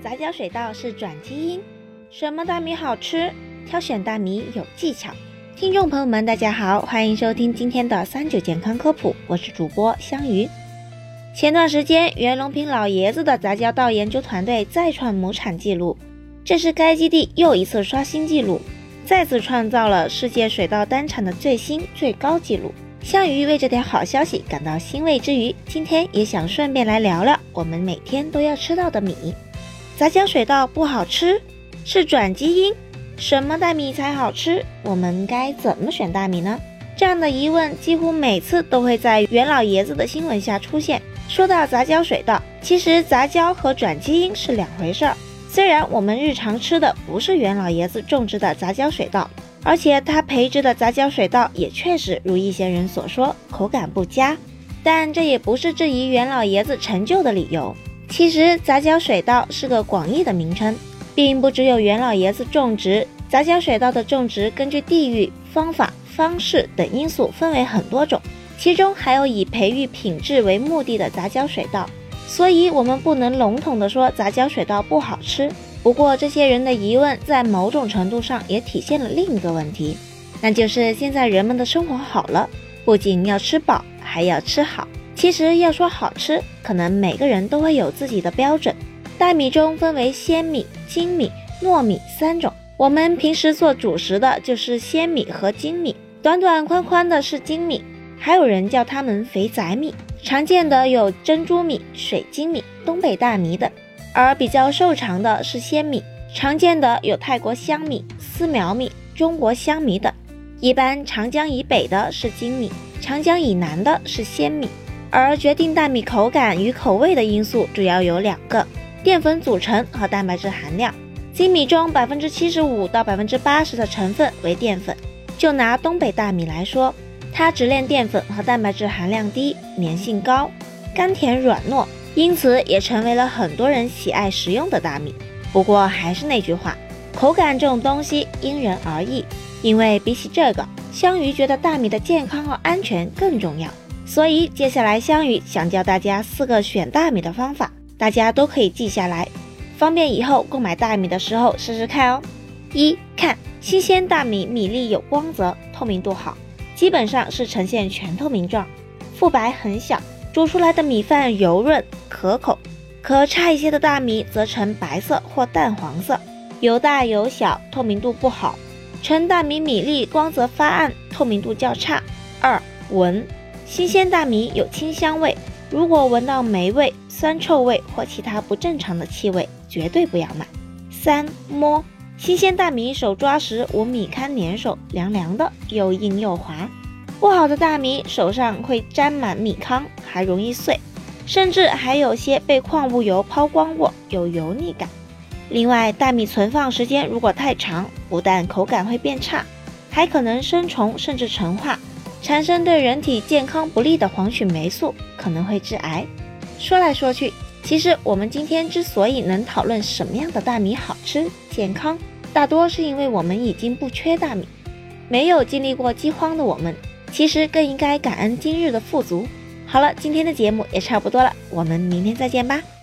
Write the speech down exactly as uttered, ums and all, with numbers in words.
杂交水稻是转基因，什么大米好吃？挑选大米有技巧。听众朋友们，大家好，欢迎收听今天的三九健康科普，我是主播香鱼。前段时间，袁隆平老爷子的杂交稻研究团队再创亩产记录，这是该基地又一次刷新纪录，再次创造了世界水稻单产的最新最高纪录。香鱼为这条好消息感到欣慰之余，今天也想顺便来聊聊我们每天都要吃到的米。杂交水稻不好吃，是转基因，什么大米才好吃？我们该怎么选大米呢？这样的疑问几乎每次都会在袁老爷子的新闻下出现。说到杂交水稻，其实杂交和转基因是两回事儿。虽然我们日常吃的不是袁老爷子种植的杂交水稻，而且他培植的杂交水稻也确实如一些人所说口感不佳，但这也不是质疑袁老爷子成就的理由。其实杂交水稻是个广义的名称，并不只有袁老爷子种植。杂交水稻的种植根据地域、方法、方式等因素分为很多种，其中还有以培育品质为目的的杂交水稻，所以我们不能笼统地说杂交水稻不好吃。不过这些人的疑问在某种程度上也体现了另一个问题，那就是现在人们的生活好了，不仅要吃饱，还要吃好。其实要说好吃，可能每个人都会有自己的标准。大米中分为鲜米、精米、糯米三种，我们平时做主食的就是鲜米和精米，短短宽宽的是精米，还有人叫它们肥仔米。常见的有珍珠米、水晶米、东北大米等，而比较瘦长的是鲜米，常见的有泰国香米、丝苗米、中国香米等。一般长江以北的是精米，长江以南的是鲜米。而决定大米口感与口味的因素主要有两个：淀粉组成和蛋白质含量。精米中 百分之七十五 到 百分之八十 的成分为淀粉。就拿东北大米来说，它直链淀粉和蛋白质含量低，粘性高，甘甜软糯，因此也成为了很多人喜爱食用的大米。不过还是那句话，口感这种东西因人而异，因为比起这个，香鱼觉得大米的健康和安全更重要。所以接下来香鱼想教大家四个选大米的方法，大家都可以记下来，方便以后购买大米的时候试试看哦。一看新鲜大米，米粒有光泽，透明度好，基本上是呈现全透明状，腹白很小，煮出来的米饭油润可口。可差一些的大米则呈白色或淡黄色，油大油小，透明度不好。纯大米米粒光泽发暗，透明度较差。二闻新鲜大米有清香味，如果闻到霉味、酸臭味或其他不正常的气味，绝对不要买。三摸新鲜大米手抓时无米糠粘手，凉凉的，又硬又滑。不好的大米手上会沾满米糠，还容易碎，甚至还有些被矿物油抛光过，有油腻感。另外，大米存放时间如果太长，不但口感会变差，还可能生虫甚至陈化，产生对人体健康不利的黄曲霉素，可能会致癌。说来说去，其实我们今天之所以能讨论什么样的大米好吃、健康，大多是因为我们已经不缺大米。没有经历过饥荒的我们，其实更应该感恩今日的富足。好了，今天的节目也差不多了，我们明天再见吧。